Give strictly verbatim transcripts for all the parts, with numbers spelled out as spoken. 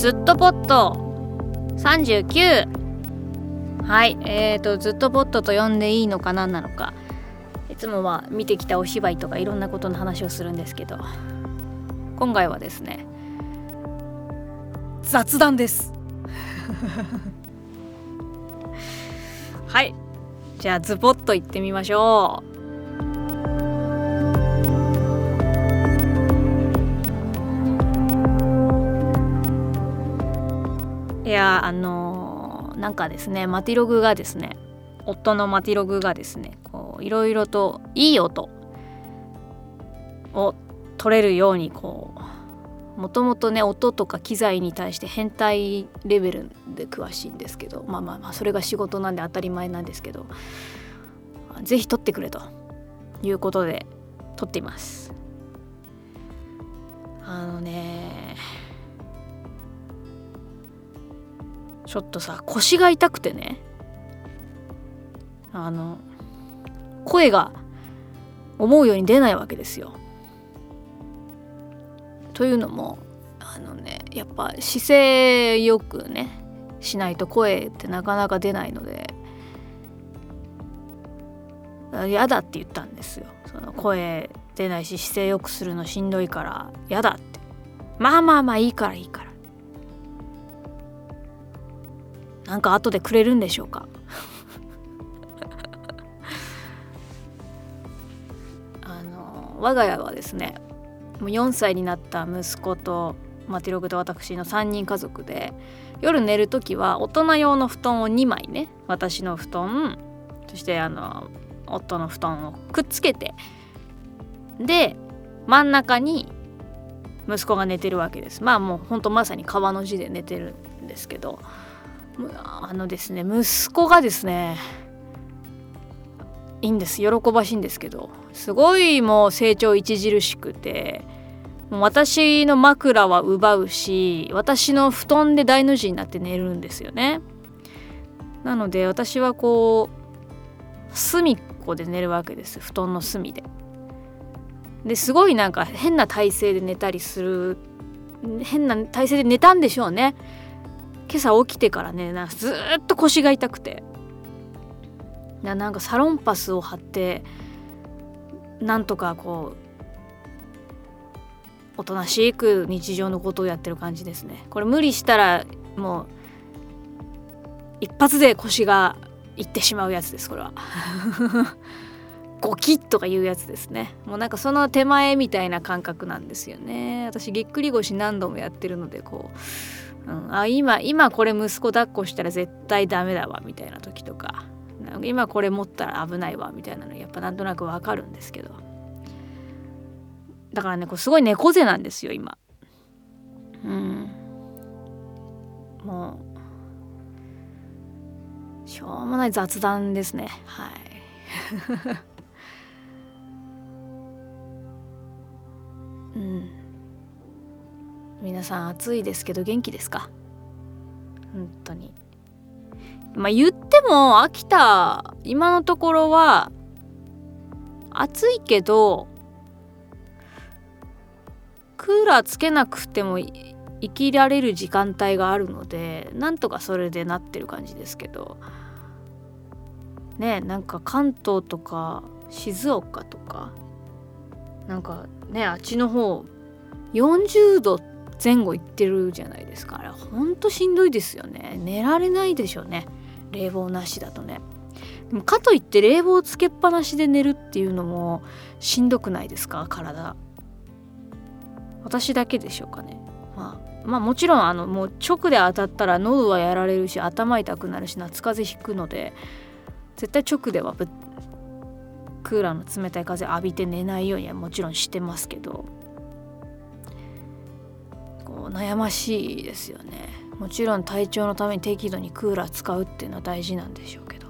ずっとポットさんじゅうきゅう。はいえーとずっとポットと呼んでいいのか何なのか、いつもは見てきたお芝居とかいろんなことの話をするんですけど、今回はですね雑談ですはい、じゃあズポッと行ってみましょう。いやあのー、なんかですねマティログがですね夫のマティログがですねこういろいろといい音を取れるようにこうもともとね音とか機材に対して変態レベルで詳しいんですけど、まあまあまあそれが仕事なんで当たり前なんですけど、ぜひ撮ってくれということで撮っています。あのねちょっとさ腰が痛くてね、あの声が思うように出ないわけですよ。というのもあのねやっぱ姿勢よくねしないと声ってなかなか出ないので、嫌だって言ったんですよ。その声出ないし姿勢よくするのしんどいから嫌だって。まあまあまあいいからいいから、なんか後でくれるんでしょうかあの我が家はですねもうよんさいになった息子とマティログと私のさんにん家族で、夜寝るときは大人用の布団をにまいね、私の布団そしてあの夫の布団をくっつけて、で真ん中に息子が寝てるわけです。まあもうほんとまさに川の字で寝てるんですけど、あのですね息子がですねいいんです、喜ばしいんですけど、すごいもう成長著しくて、もう私の枕は奪うし、私の布団で大の字になって寝るんですよね。なので私はこう隅っこで寝るわけです、布団の隅で。ですごいなんか変な体勢で寝たりする、変な体勢で寝たんでしょうね。今朝起きてからねなんかずーっと腰が痛くて、ななんかサロンパスを貼ってなんとかこうおとなしく日常のことをやってる感じですね。これ無理したらもう一発で腰がいってしまうやつです、これはゴキッとかいうやつですね。もうなんかその手前みたいな感覚なんですよね。私ぎっくり腰何度もやってるのでこう、うん、あ今今これ息子抱っこしたら絶対ダメだわみたいな時とか、今これ持ったら危ないわみたいなのやっぱなんとなくわかるんですけど、だからねこうすごい猫背なんですよ今。うんもうしょうもない雑談ですね。はいうん皆さん暑いですけど元気ですか？本当に。まあ言っても秋田今のところは暑いけどクーラーつけなくても生きられる時間帯があるので、なんとかそれでなってる感じですけどね。なんか関東とか静岡とかなんかねあっちの方よんじゅうどぜん後いってるじゃないですか。あれほんとしんどいですよね。寝られないでしょうね、冷房なしだとね。でもかといって冷房つけっぱなしで寝るっていうのもしんどくないですか？体。私だけでしょうかね。まあ、まあもちろんあのもう直で当たったら喉はやられるし頭痛くなるし夏風邪ひくので、絶対直ではぶクーラーの冷たい風浴びて寝ないようにはもちろんしてますけど、こう悩ましいですよね。もちろん体調のために適度にクーラー使うっていうのは大事なんでしょうけど、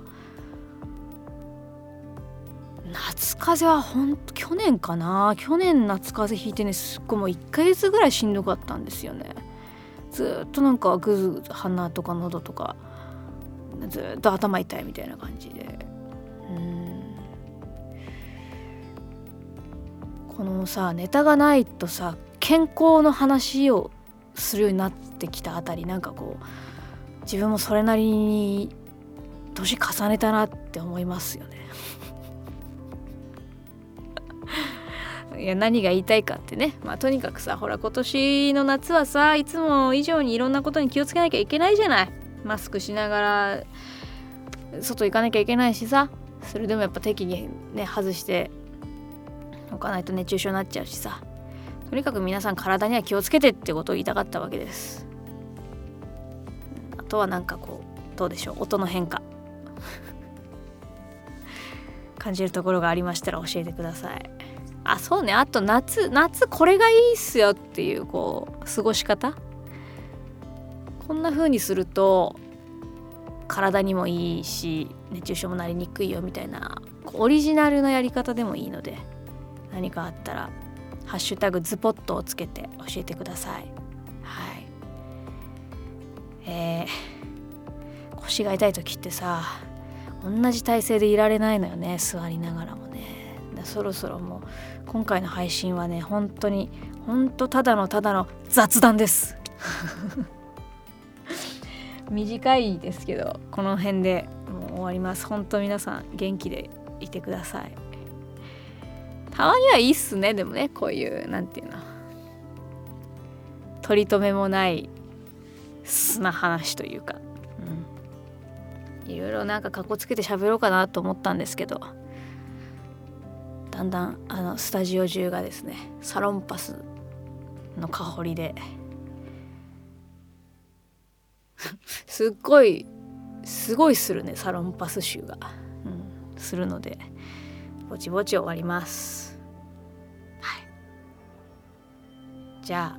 夏風邪はほんと去年かな去年夏風邪ひいてね、すっごいもういっかげつぐらいしんどかったんですよね。ずっとなんかぐずぐず鼻とか喉とかずっと頭痛いみたいな感じで、うーんこのさネタがないとさ健康の話をするようになってきたあたり、なんかこう自分もそれなりに年重ねたなって思いますよねいや何が言いたいかってね、まあとにかくさ、ほら今年の夏はさ、いつも以上にいろんなことに気をつけなきゃいけないじゃない。マスクしながら外行かなきゃいけないしさ、それでもやっぱ適宜ね外しておかないと熱中症になっちゃうしさ、とにかく皆さん体には気をつけてってことを言いたかったわけです。あとはなんかこうどうでしょう、音の変化感じるところがありましたら教えてください。あ、そうね、あと夏夏これがいいっすよっていうこう過ごし方、こんな風にすると体にもいいし熱中症もなりにくいよみたいなオリジナルのやり方でもいいので、何かあったらハッシュタグズポットをつけて教えてください。はい、えー、腰が痛い時ってさ、同じ体勢でいられないのよね、座りながらもね。だそろそろもう今回の配信はね、本当に本当ただのただの雑談です短いですけどこの辺でもう終わります。本当皆さん元気でいてください。たまにはいいっすね。でもね、こういうなんていうの、取り留めもない素な話というか、うん、いろいろなんかかっこつけて喋ろうかなと思ったんですけど、だんだんあのスタジオ中がですねサロンパスの香りですっごいすごいするね、サロンパス臭が、うん、するのでぼちぼち終わります。はい、じゃあ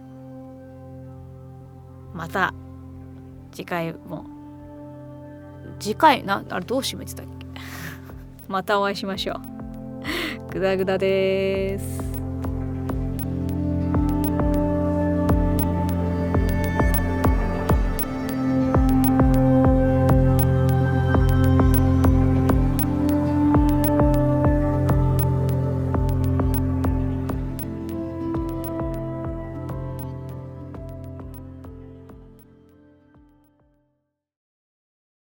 また次回も次回なあれどう締めてたっけまたお会いしましょう。グダグダです。